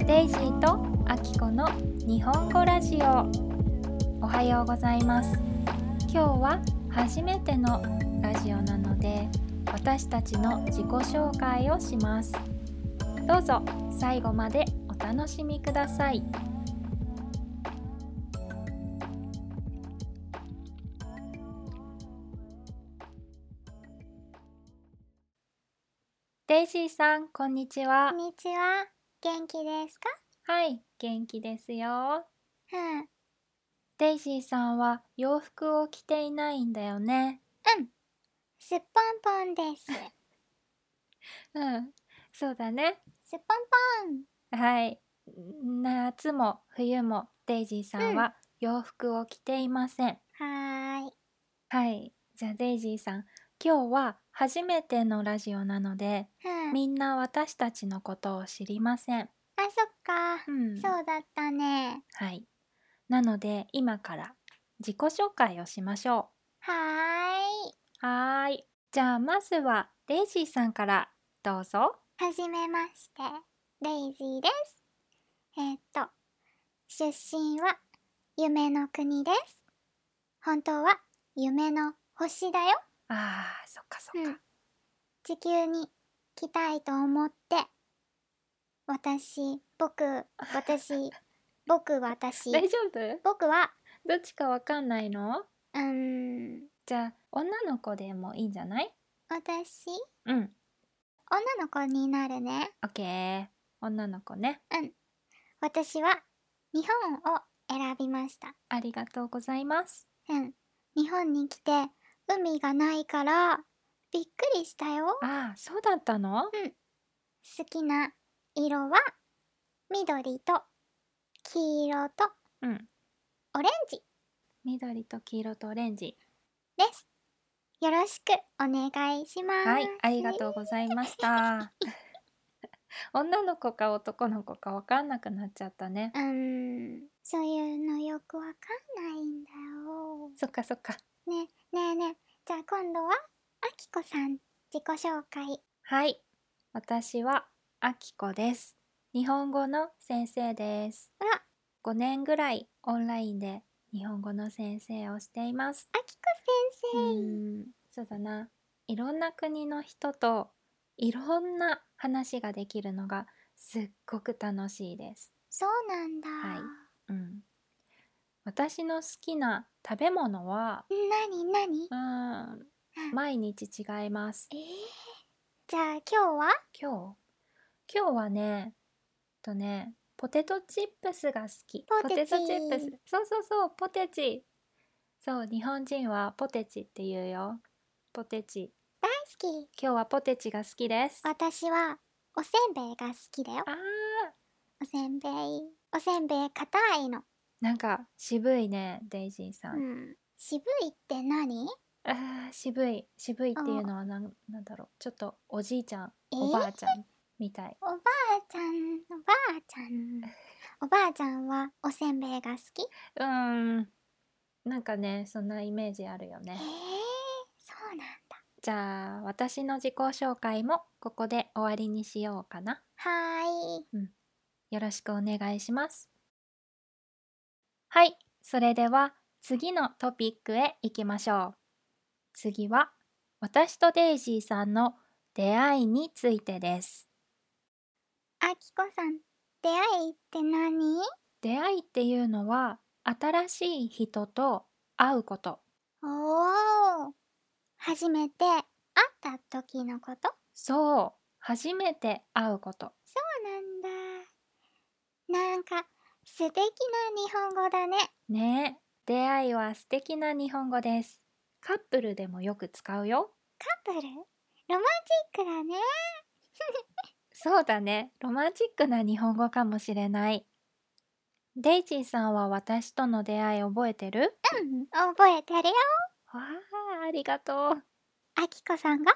デイジーとアキコの日本語ラジオ。おはようございます。今日は初めてのラジオなので、私たちの自己紹介をします。どうぞ最後までお楽しみください。デイジーさん、こんにちは。 こんにちは。元気ですか？ はい、元気ですよ。 うん。 デイジーさんは洋服を着ていないんだよね。 すっぽんぽんです。 そうだね。 すっぽんぽん。 はい。夏も冬もデイジーさんは洋服を着ていません。 はーい。 はい。じゃあデイジーさん、今日は初めてのラジオなので、みんな私たちのことを知りません。 あ、そっか。 うんそうだったね。 はい。なので今から自己紹介をしましょはーい。 う。はーい。じゃあまずはデイジーさんからどうぞ。 はじめまして。デイジーです。出身は夢の国です。本当は夢の星だよ。 そっかそっか。 地球に来たいと思って、僕大丈夫？ 僕は、 どっちかわかんないの？ うーん、 じゃあ女の子でもいいんじゃない？ 私、 うん。 女の子になるね。 オッケー。女の子ね。 私は日本を選びました。 ありがとうございます。 日本に来て海がないからびっくりしたよ。 そうだったの？ 好きな色は緑と黄色とオレンジ緑と黄色とオレンジ。 です。よろしくお願いします。 はい、ありがとうございました。女の子か男の子かわかんなくなっちゃったね。 そういうのよくわかんないんだよ。 そっかそっか。 ねえ。じゃあ今度はあきこさん自己紹介。 はい。私はあきこです。日本語の先生です。5年ぐらいオンラインで日本語の先生をしています。 あきこ先生。 そうだな。いろんな国の人といろんな話ができるのがすっごく楽しいです。 そうなんだ。 はい。私の好きな食べ物はなに毎日違います。 じゃあ今日は今日はね、ポテトチップスが好き。ポテトチップス。そう、ポテチ。そう、日本人はポテチって言うよ。ポテチ。 大好き。 今日はポテチが好きです。 私はおせんべいが好きだよ。おせんべい硬いの。 なんか渋いね、デイジーさん。 渋いって何？ 渋いっていうのはなんだろう。ちょっとおじいちゃん、おばあちゃんみたい。 おばあちゃんはおせんべいが好き？ なんかね、そんなイメージあるよね。 そうなんだ。 じゃあ私の自己紹介もここで終わりにしようかな。 はーい。 よろしくお願いします。はい、それでは次のトピックへ行きましょう。次は私とデイジーさんの出会いについてです。 あきこさん、出会いって何？ 出会いっていうのは新しい人と会うこと。 初めて会った時のこと？ そう、初めて会うこと。 そうなんだ。なんか素敵な日本語だね。 ねえ、出会いは素敵な日本語です。カップルでもよく使うよ。 カップル？ロマンチックだね。 そうだね、ロマンチックな日本語かもしれない。デイジーさんは私との出会い覚えてる？ 覚えてるよ。 ありがとう。 あきこさんが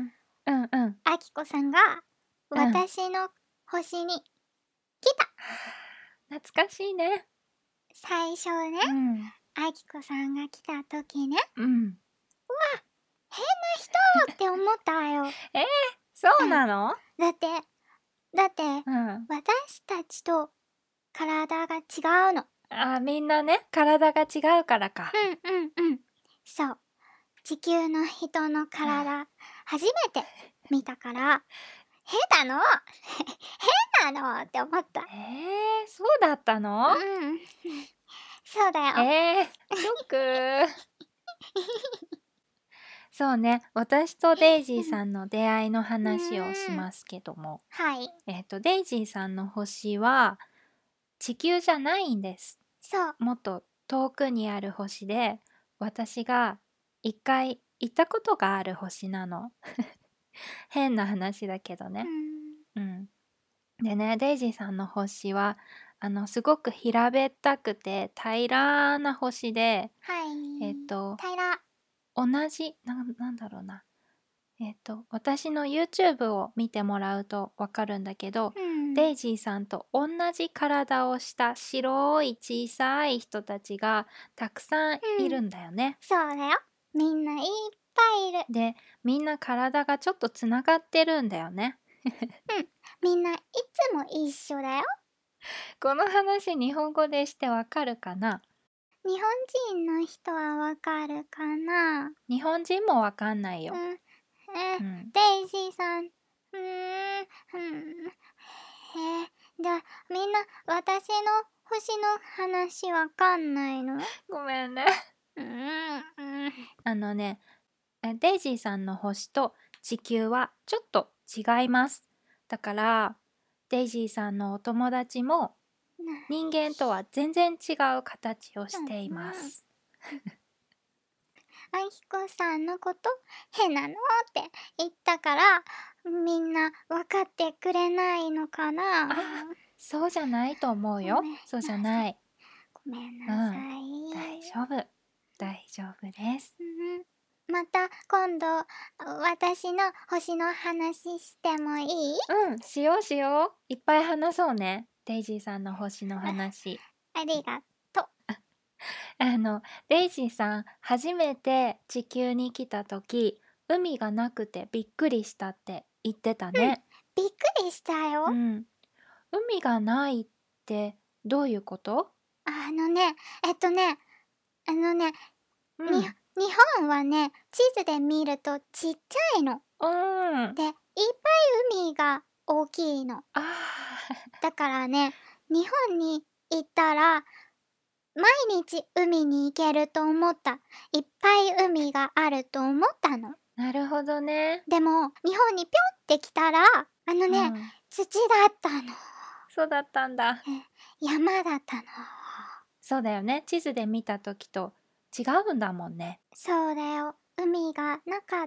私の星に来た。 懐かしいね。 最初ね、あきこさんが来た時ね、変な人って思ったよ。 そうなの？ だってだって、私たちと体が違うの。 みんなね、体が違うからか。 そう。地球の人の体、初めて見たから、変なの変なのって思った。 そうだったの？ そうだよ。 ショック。そうね、私とデイジーさんの出会いの話をしますけども、 はい。 デイジーさんの星は地球じゃないんです。 そう。 もっと遠くにある星で、私が一回行ったことがある星なの。変な話だけどね。でね、デイジーさんの星はすごく平べったくて平らな星で、 平ら。 同じなんだろうな、私の YouTube を見てもらうとわかるんだけど、デイジーさんと同じ体をした白い小さい人たちがたくさんいるんだよね。 そうだよ。みんないっぱいいる。 で、みんな体がちょっとつながってるんだよね。 みんないつも一緒だよ。 この話日本語でしてわかるかな？ 日本人の人はわかるかな？ 日本人もわかんないよ。 デイジーさん、じゃあみんな私の星の話わかんないの？ ごめんね。デイジーさんの星と地球はちょっと違います。だからデイジーさんのお友達も人間とは全然違う形をしています。 あきこさんのこと変なのって言ったからみんな分かってくれないのかな？ そうじゃないと思うよ。そうじゃない。 ごめんなさい。 大丈夫。大丈夫です。 また今度私の星の話してもいい？ しようしよう。いっぱい話そうね。デイジーさんの星の話。 ありがとう。 デイジーさん初めて地球に来た時、海がなくてびっくりしたって言ってたね。 びっくりしたよ。 海がないってどういうこと？ 日本はね、地図で見るとちっちゃいの。で、いっぱい海が大きいの。だからね、日本に行ったら毎日海に行けると思った。いっぱい海があると思ったの。 なるほどね。 でも日本にぴょんって来たら土だったの。 そうだったんだ。 山だったの。 そうだよね。地図で見た時と違うんだもんね。 そうだよ。海がなかった。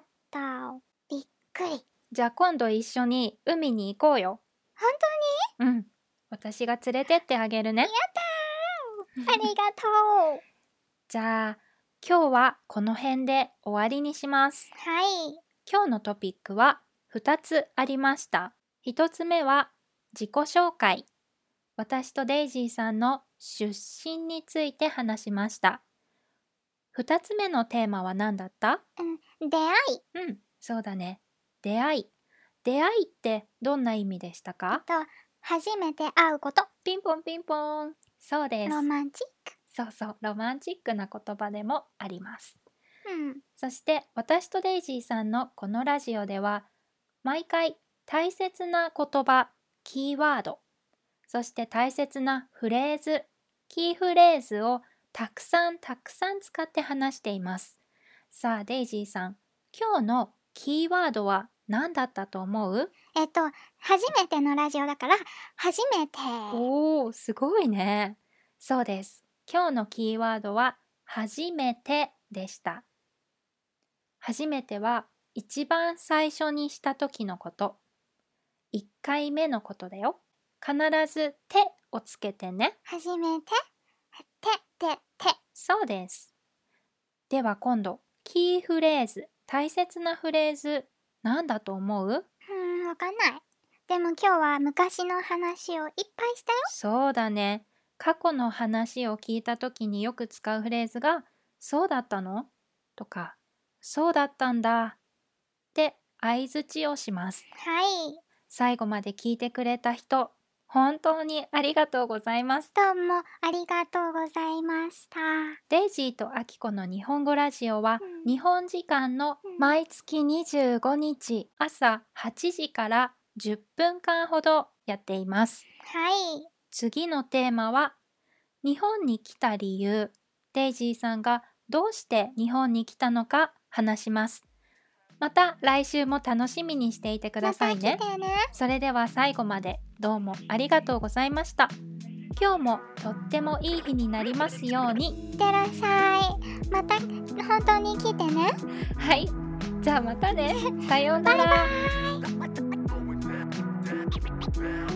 びっくり。 じゃあ今度一緒に海に行こうよ。 本当に？私が連れてってあげるね。 やったー。ありがとう。 じゃあ今日はこの辺で終わりにします。 はい。 今日のトピックは2つありました。1つ目は自己紹介。私とデイジーさんの出身について話しました。2つ目のテーマは何だった？ 出会い。そうだね。出会い。出会いってどんな意味でしたか？ 初めて会うこと。 ピンポンピンポン。そうです。 ロマンチック。 そうそう、ロマンチックな言葉でもあります。そして私とデイジーさんのこのラジオでは毎回大切な言葉、キーワード、そして大切なフレーズ、キーフレーズをたくさん使って話しています。さあデイジーさん、今日のキーワードは何だったと思う？ 初めてのラジオだから初めて。 おー、すごいね。そうです。今日のキーワードは初めてでした。初めては一番最初にした時のこと。1回目のことだよ。必ず手をつけてね。 初めて、手。 そうです。では今度、キーフレーズ、大切なフレーズ、何だと思う？ わかんない。でも今日は昔の話をいっぱいしたよ。 そうだね。過去の話を聞いた時によく使うフレーズが、そうだったの？とか、そうだったんだ。って相づちをします。 はい。 最後まで聞いてくれた人、本当にありがとうございます。 どうもありがとうございました。 デイジーとアキコの日本語ラジオは、日本時間の毎月25日朝8時から10分間ほどやっています。 はい。 次のテーマは、日本に来た理由。デイジーさんがどうして日本に来たのか話します。また来週も楽しみにしていてくださいね。 また来てね。 それでは最後までどうもありがとうございました。今日もとってもいい日になりますように。 いってらっしゃい。また本当に来てね。 はい。じゃあまたね。さようなら。 バイバイ。